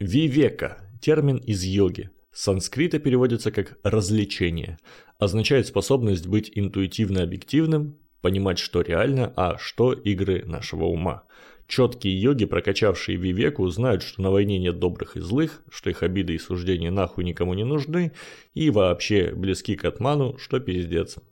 Вивека – термин из йоги. С санскрита переводится как «развлечение». Означает способность быть интуитивно объективным, понимать, что реально, а что игры нашего ума. Четкие йоги, прокачавшие вивеку, знают, что на войне нет добрых и злых, что их обиды и суждения нахуй никому не нужны и вообще близки к атману, что пиздец.